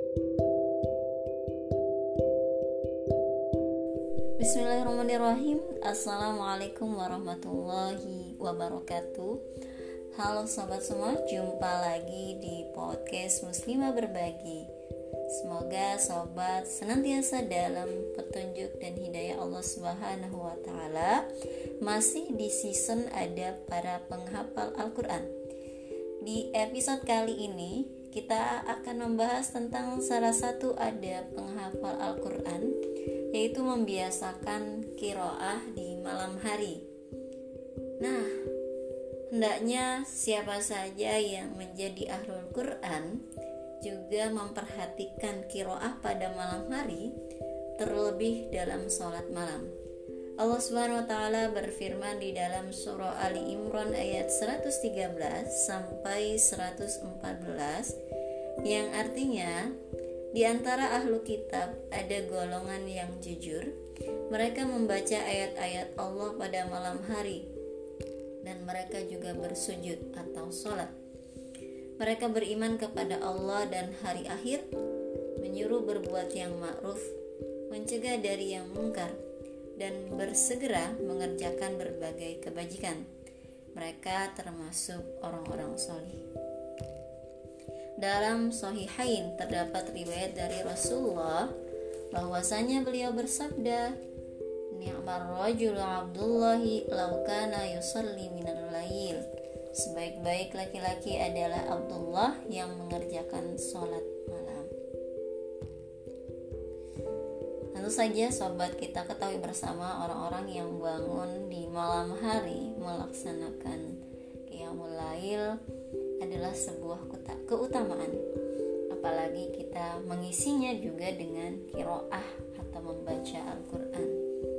Bismillahirrahmanirrahim. Assalamualaikum warahmatullahi wabarakatuh. Halo sobat semua, jumpa lagi di podcast Muslimah Berbagi. Semoga sobat senantiasa dalam petunjuk dan hidayah Allah Subhanahu wa Ta'ala. Masih di season ada para penghafal Al-Quran. Di episode kali ini kita akan membahas tentang salah satu ada penghafal Al-Quran, yaitu membiasakan qiraah di malam hari. Nah, hendaknya siapa saja yang menjadi ahlul Quran juga memperhatikan qiraah pada malam hari, terlebih dalam sholat malam. Allah Subhanahu wa Ta'ala berfirman di dalam surah Ali Imran ayat 113 sampai 114, yang artinya, di antara ahlu kitab ada golongan yang jujur. Mereka membaca ayat-ayat Allah pada malam hari, dan mereka juga bersujud atau sholat. Mereka beriman kepada Allah dan hari akhir, menyuruh berbuat yang ma'ruf, mencegah dari yang mungkar, dan bersegera mengerjakan berbagai kebajikan. Mereka termasuk orang-orang sholih. Dalam Sahihain terdapat riwayat dari Rasulullah bahwasanya beliau bersabda, "Ni'mar rajulu Abdullahi law kana yusalli minal lail." Sebaik-baik laki-laki adalah Abdullah yang mengerjakan sholat malam. Tentu saja sobat, kita ketahui bersama orang-orang yang bangun di malam hari melaksanakan qiyamul lail adalah sebuah keutamaan, apalagi kita mengisinya juga dengan qiraah atau membaca Al-Quran.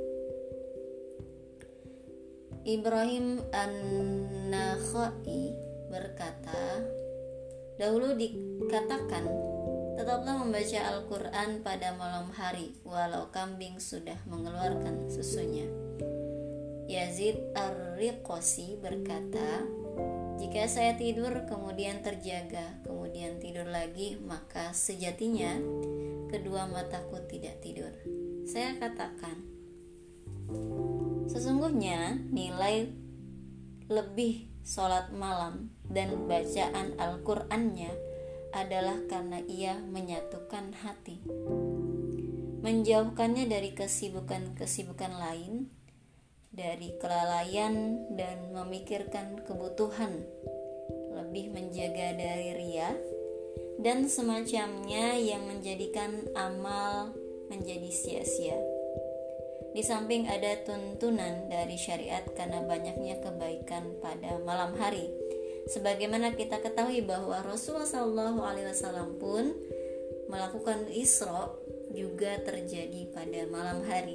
Ibrahim An-Nakhai berkata, dahulu dikatakan, tetaplah membaca Al-Quran pada malam hari walau kambing sudah mengeluarkan susunya. Yazid Ar-Riqasi berkata, jika saya tidur kemudian terjaga, kemudian tidur lagi, maka sejatinya kedua mataku tidak tidur. Saya katakan, sesungguhnya nilai lebih sholat malam dan bacaan Al-Qur'annya adalah karena ia menyatukan hati, menjauhkannya dari kesibukan-kesibukan lain, dari kelalaian dan memikirkan kebutuhan, lebih menjaga dari riya dan semacamnya yang menjadikan amal menjadi sia-sia. Di samping ada tuntunan dari syariat karena banyaknya kebaikan pada malam hari. Sebagaimana kita ketahui bahwa Rasulullah SAW pun melakukan Isra juga terjadi pada malam hari.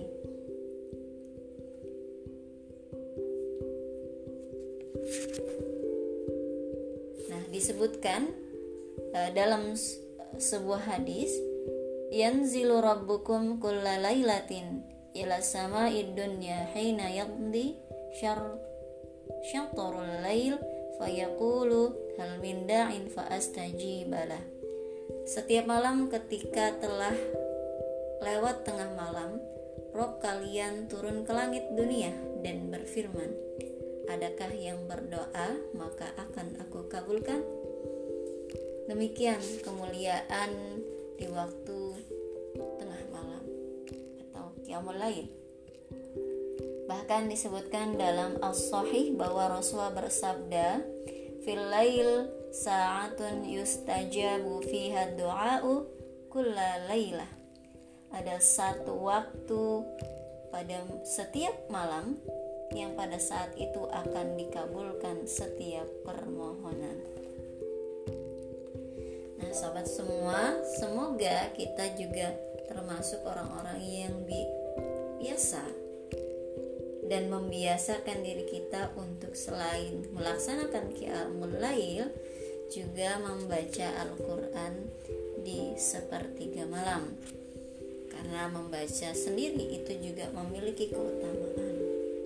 Nah, disebutkan dalam sebuah hadis, yanzilu rabbukum kulla lailatin ila sama'id dunya hina yaqdi syatrul lail fayaqulu hal min da'in fa astajibalah. Setiap malam ketika telah lewat tengah malam, Rob kalian turun ke langit dunia dan berfirman, adakah yang berdoa maka akan aku kabulkan. Demikian kemuliaan di waktu tengah malam atau qiyamul lail. Bahkan disebutkan dalam As-Sahih bahwa Rasulullah bersabda, fil lail sa'atun yustajabu fiha du'a'u kulla lailah. Ada satu waktu pada setiap malam yang pada saat itu akan dikabulkan setiap permohonan. Nah, sobat semua, semoga kita juga termasuk orang-orang yang biasa dan membiasakan diri kita untuk selain melaksanakan qiyamul lail juga membaca Al-Quran di sepertiga malam, karena membaca sendiri itu juga memiliki keutamaan.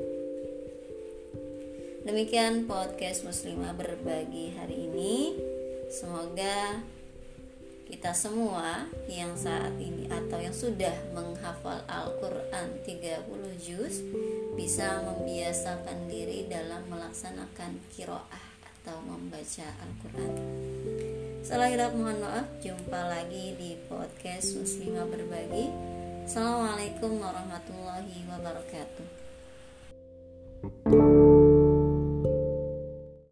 Demikian podcast Muslimah Berbagi hari ini. Semoga kita semua yang saat ini atau yang sudah menghafal Al-Quran 30 juz bisa membiasakan diri dalam melaksanakan qiraah atau membaca Al-Quran. Salah hilap mohon maaf. Jumpa lagi di podcast Muslimah Berbagi. Assalamualaikum warahmatullahi wabarakatuh.